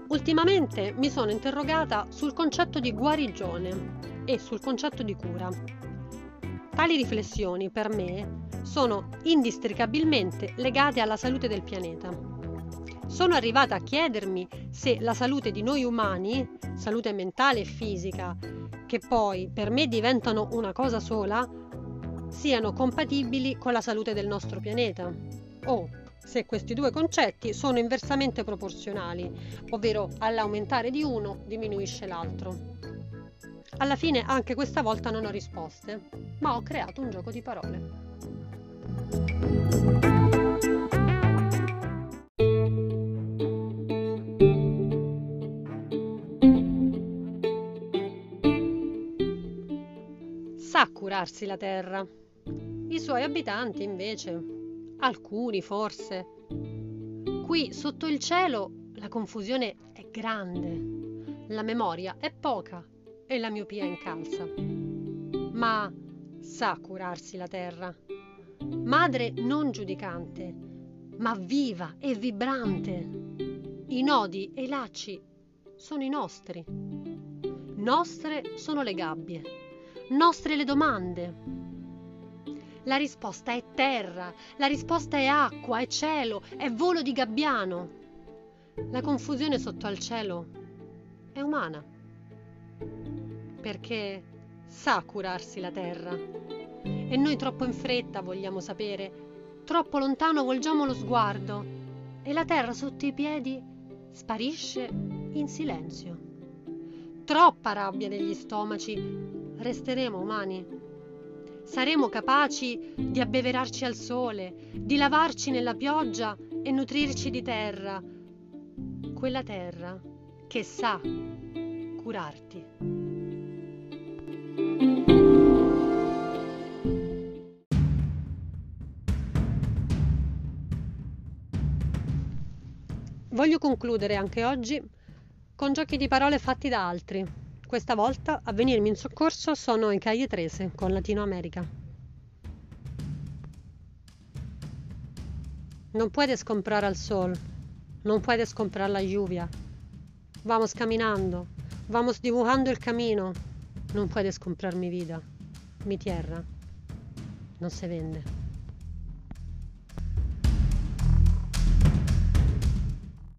Ultimamente mi sono interrogata sul concetto di guarigione e sul concetto di cura. Tali riflessioni, per me, sono indistricabilmente legate alla salute del pianeta. Sono arrivata a chiedermi se la salute di noi umani, salute mentale e fisica, che poi per me diventano una cosa sola, siano compatibili con la salute del nostro pianeta, o se questi due concetti sono inversamente proporzionali, ovvero all'aumentare di uno diminuisce l'altro. Alla fine anche questa volta non ho risposte, ma ho creato un gioco di parole. Sa curarsi la terra. I suoi abitanti, invece, alcuni forse. Qui sotto il cielo la confusione è grande, la memoria è poca e la miopia incalza. Ma sa curarsi la terra. Madre non giudicante, ma viva e vibrante. I nodi e i lacci sono i nostri. Nostre sono le gabbie. Nostre le domande. La risposta è terra, la risposta è acqua, è cielo, è volo di gabbiano. La confusione sotto al cielo è umana, perché sa curarsi la terra. E noi troppo in fretta vogliamo sapere, troppo lontano volgiamo lo sguardo e la terra sotto i piedi sparisce in silenzio. Troppa rabbia negli stomaci, resteremo umani. Saremo capaci di abbeverarci al sole, di lavarci nella pioggia e nutrirci di terra, quella terra che sa curarti. Voglio concludere anche oggi con giochi di parole fatti da altri. Questa volta a venirmi in soccorso sono i Calle 13 con Latino America. No puedes comprar al sol, no puedes comprar la lluvia. Vamos caminando, vamos dibujando el camino. No puedes comprar mi vida, mi tierra. No se vende.